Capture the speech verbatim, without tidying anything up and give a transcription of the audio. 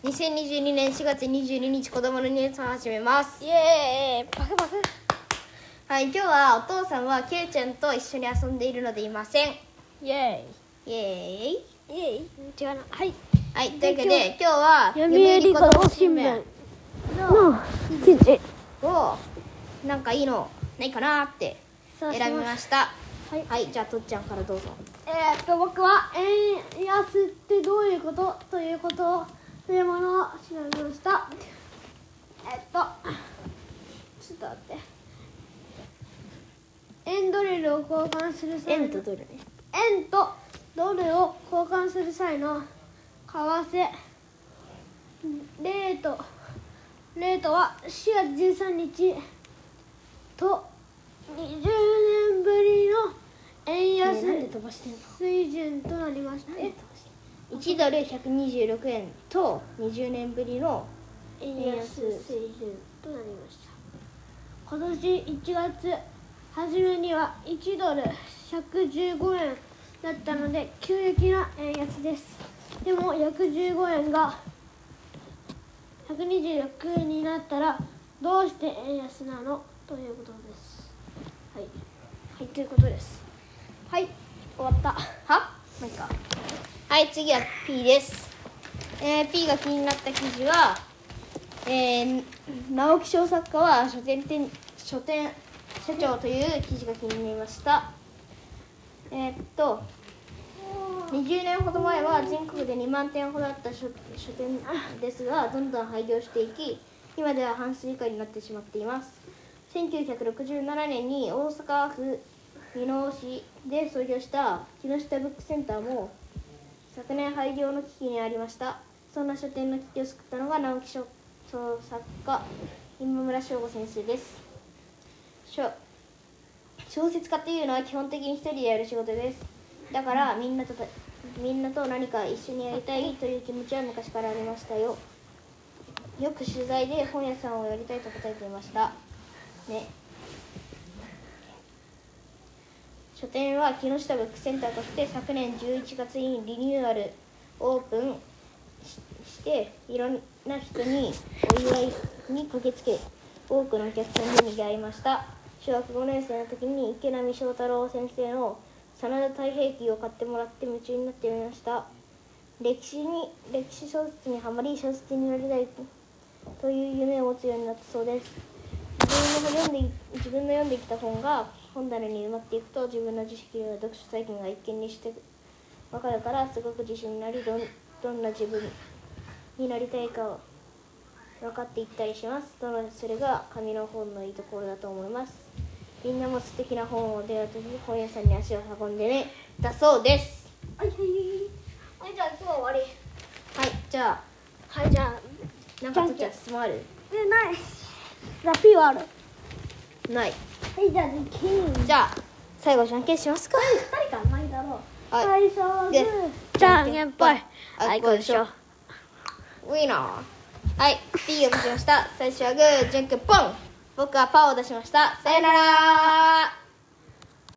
にせんにじゅうにねんしがつにじゅうににち子供のニュースを始めます。 イエーイパクパク。 はい、今日はお父さんはケイちゃんと一緒に遊んでいるのでいません。 イエイエーイ。 ーイイエーイ違うな。はいはい、というわけで今日は読売子供新聞の記事をなんかいいのないかなってそうし選びました。 はいはい、じゃあとっちゃんからどうぞ。 えー、っと僕は円安ってどういうことということというものを調べました。えー、っとちょっと待って。円ドルを交換する際の円とドルね。 円とドルを交換する際の為替レートレートはしがつじゅうさんにちとにじゅうねんぶりの円安ねえなんで飛ばしてんの。 水準となりました。えいちドルひゃくにじゅうろくえんとにじゅうねんぶりの円安水準となりました。今年いちがつ初めにはいちドルひゃくじゅうごえんだったので急激な円安です。でもひゃくじゅうごえんがひゃくにじゅうろくえんになったらどうして円安なのということです。はい、はい、ということです。はい、終わった。 はまあいいか。はい、次は P です。えー、P が気になった記事は、えー、直木賞作家は書店店書店社長という記事が気になりました。えー、っとにじゅうねんほど前は全国でにまんてんほどあった書書店ですが、どんどん廃業していき、今では半数以下になってしまっています。せんきゅうひゃくろくじゅうななねんに大阪府箕面市で創業した木下ブックセンターも昨年廃業の危機にありました。そんな書店の危機を救ったのが直木賞作家今村翔吾先生です。小説家っていうのは基本的に一人でやる仕事です。だからみんなとみんなと何か一緒にやりたいという気持ちは昔からありましたよ。よく取材で本屋さんをやりたいと答えていましたね。書店は木下ブックセンターとして昨年じゅういちがつにリニューアルオープン し, していろんな人にお祝いに駆けつけ、多くのお客さんに賑わいました。小学ごねん生の時に池波正太郎先生の真田太平記を買ってもらって夢中になってみました。歴史に歴史小説にはまり、小説になりたいという夢を持つようになったそうです。自分の読んで自分の読んできた本が本棚に埋まっていくと、自分の知識や読書体験が一見にして分かるから、すごく自信になり、どんどんな自分になりたいか分かっていったりします。それが紙の本のいいところだと思います。みんなも素敵な本を出会うとき、本屋さんに足を運んでね、だそうです。 はいはいはい。じゃあ今日は終わり。 はい、じゃあはい、じゃあなんかとっちゃん質問ある？ えない。じゃあ P はある。 ない。 はい、じゃあじゃんけん。 じゃあ最後じゃんけんしますか。 ふたりかまいだろう。 はい最初はグでー。じゃんけんぽい。 あいこうでしょ。ウィナー。はい、P を出しました。最初はグー、じゃんけんポン。僕はパーを出しました。さよなら。